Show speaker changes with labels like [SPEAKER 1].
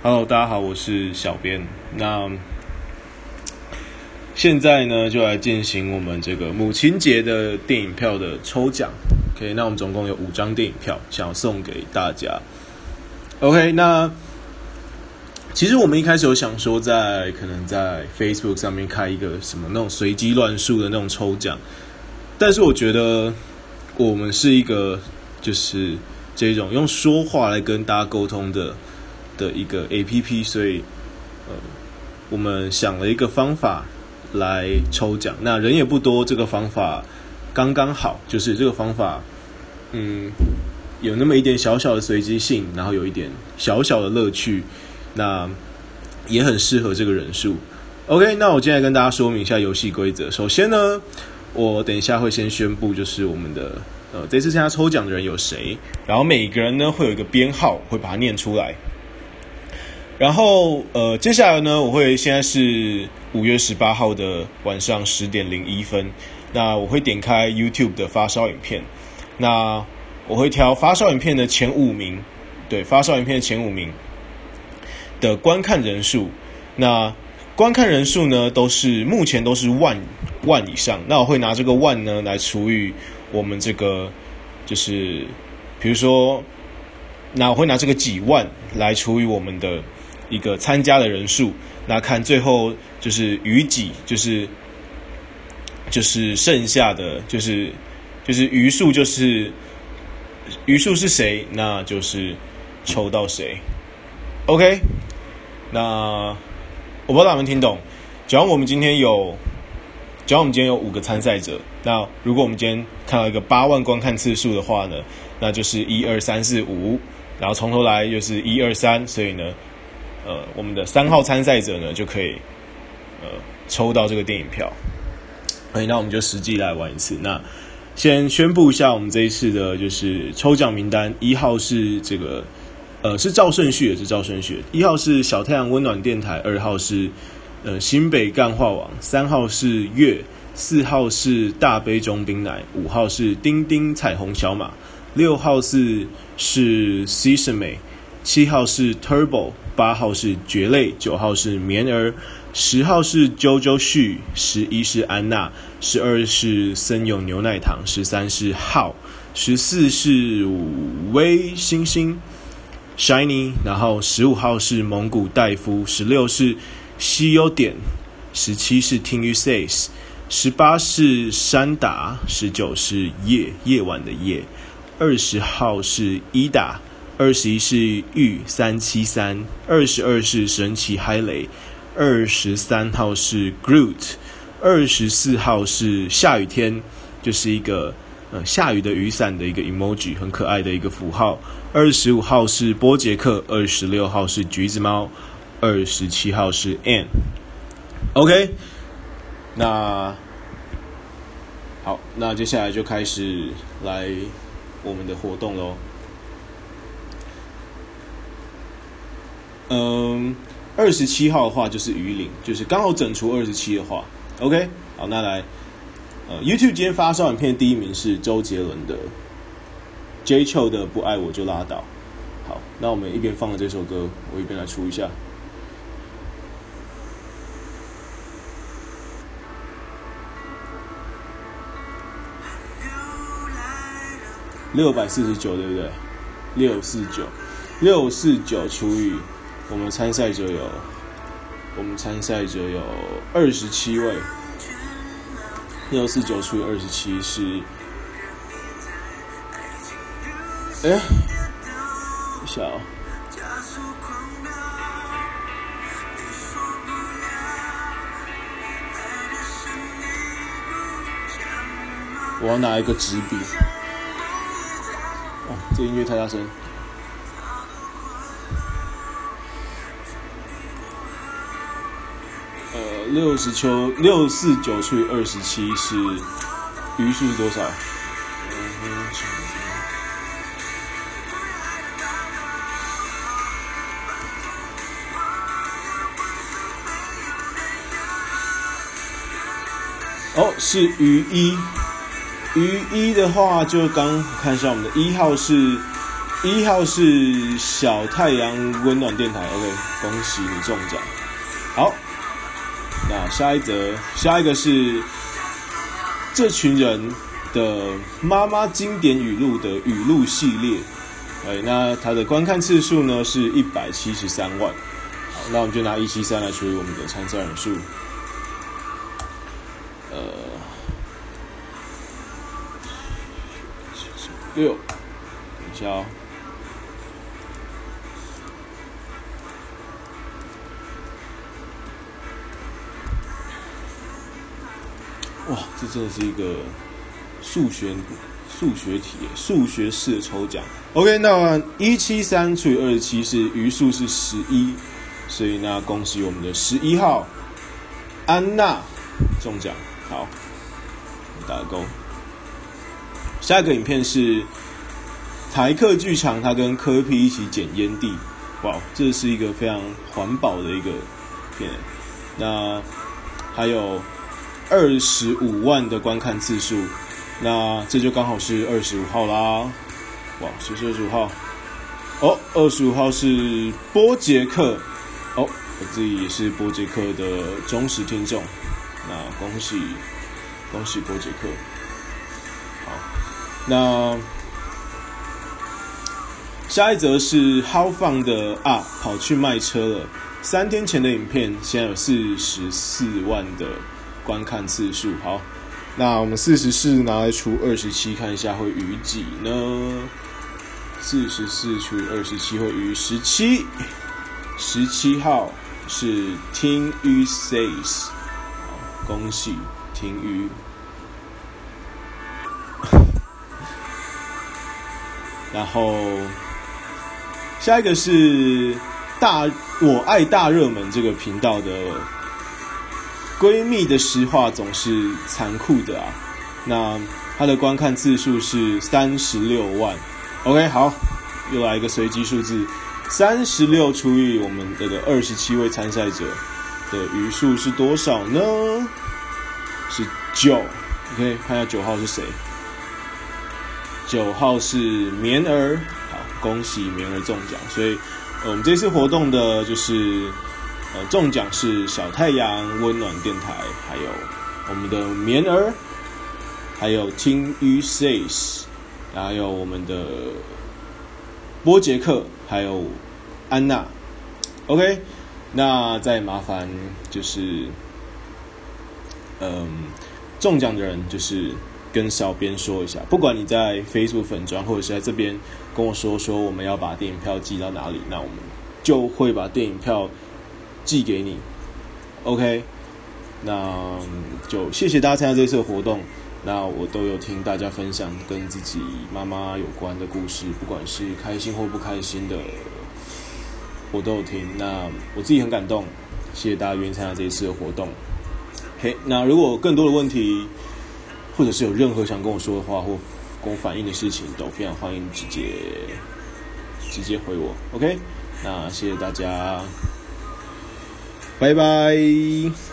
[SPEAKER 1] Hello， 大家好，我是小编。那现在呢，就来进行我们这个母亲节的电影票的抽奖。OK， 那我们总共有5张电影票，想要送给大家。OK， 那其实我们一开始有想说可能在 Facebook 上面开一个什么那种随机乱数的那种抽奖，但是我觉得我们是一个就是这种用说话来跟大家沟通的一个 APP， 所以我们想了一个方法来抽奖。那人也不多，这个方法刚刚好，就是这个方法有那么一点小小的随机性，然后有一点小小的乐趣，那也很适合这个人数。OK， 那我今天来跟大家说明一下游戏规则。首先呢，我等一下会先宣布就是我们的这次参加抽奖的人有谁，然后每个人呢会有一个编号，会把它念出来。然后接下来呢，现在是5月18号的晚上10点01分，那我会点开 YouTube 的发烧影片，那我会挑发烧影片的前5名，对，发烧影片的前5名的观看人数。那观看人数呢，目前都是万以上。那我会拿这个万呢来除以我们这个，就是比如说，那我会拿这个几万来除以我们的一个参加的人数，那看最后就是余几，就是剩下的就是余数，就是余数是谁，那就是抽到谁。OK， 那我不知道大家有没有听懂。假如我们今天有5个参赛者，那如果我们今天看到一个8万观看次数的话呢，那就是1、2、3、4、5，然后从头来又是1、2、3，所以呢，我们的3号参赛者呢就可以抽到这个电影票。那我们就实际来玩一次。那先宣布一下我们这一次的就是抽奖名单。1号是这个是照顺序1号是小太阳温暖电台，2号是新北干话网，3号是月，4号是大杯中冰奶，5号是丁丁彩虹小马，6号是 Sesame， 7号是 Turbo， 8号是蕨类，9号是绵儿，10号是啾啾旭，11是安娜，12是森永牛奶糖，13是浩，14是微星星Shiny， 然后15号是蒙古大夫，16是西优点，17是听雨 says， 18是山达，19是夜晚的夜，20号是伊达，21是玉373， 22是神奇海雷，23号是 Groot， 24号是下雨天，就是一个下雨的雨伞的一个 emoji， 很可爱的一个符号。25号是波杰克，26号是橘子猫，27号是 Ann。OK， 那好，那接下来就开始来我们的活动咯。27号的话就是鱼鳞，就是刚好整除27的话。OK， 好，那来YouTube 今天发烧影片的第1名是周杰伦的 J. Chou 的不爱我就拉倒。好，那我们一边放了这首歌，我一边来出一下。649对不对？649除以我们参赛者有27位，649除以27是，等一下哦，我要拿一个纸笔。这音乐太大声。649除以27是余数是多少？是余一的话，就刚看一下我们的1号是 1号是小太阳温暖电台 ，OK， 恭喜你中奖。好，那下一个是这群人的妈妈经典语录的语录系列，那它的观看次数呢是173万。好，那我们就拿173来除以我们的参赛人数。6，等一下哦。哇，这真的是一个数学题，数学式的抽奖。OK， 那173除以27是余数是11，所以那恭喜我们的11号安娜中奖。好，打个勾。下一个影片是台客剧场，他跟柯 P 一起捡烟蒂。哇，这是一个非常环保的一个片。那还有25万的观看次数，那这就刚好是25号啦。哇，谁是25号？哦，25号是波杰克。哦，我自己也是波杰克的忠实听众。那恭喜波杰克。好，那下一则是 How Fun 的跑去卖车了。3天前的影片，现在有44万的观看次数。好，那我们44拿来除27，看一下会余几呢？44除以27会余17。17号是听于 says， 恭喜听于。然后下一个是我爱大热门这个频道的闺蜜的实话总是残酷的啊。那它的观看次数是36万。OK， 好，又来一个随机数字，36除以我们这个27位参赛者的余数是多少呢？是9。OK， 看一下9号是谁。9号是棉儿，好，恭喜棉儿中奖。所以，我们这次活动的就是中奖是小太阳温暖电台，还有我们的棉儿，还有听于 says， 还有我们的波杰克，还有安娜。OK， 那再麻烦就是中奖的人就是跟小编说一下，不管你在 Facebook 粉专或者是在这边跟我说我们要把电影票寄到哪里，那我们就会把电影票寄给你。OK， 那就谢谢大家参加这次的活动。那我都有听大家分享跟自己妈妈有关的故事，不管是开心或不开心的，我都有听。那我自己很感动，谢谢大家愿意参加这一次的活动。那如果有更多的问题，或者是有任何想跟我说的话，或跟我反映的事情，都非常欢迎直接回我。OK， 那谢谢大家，拜拜。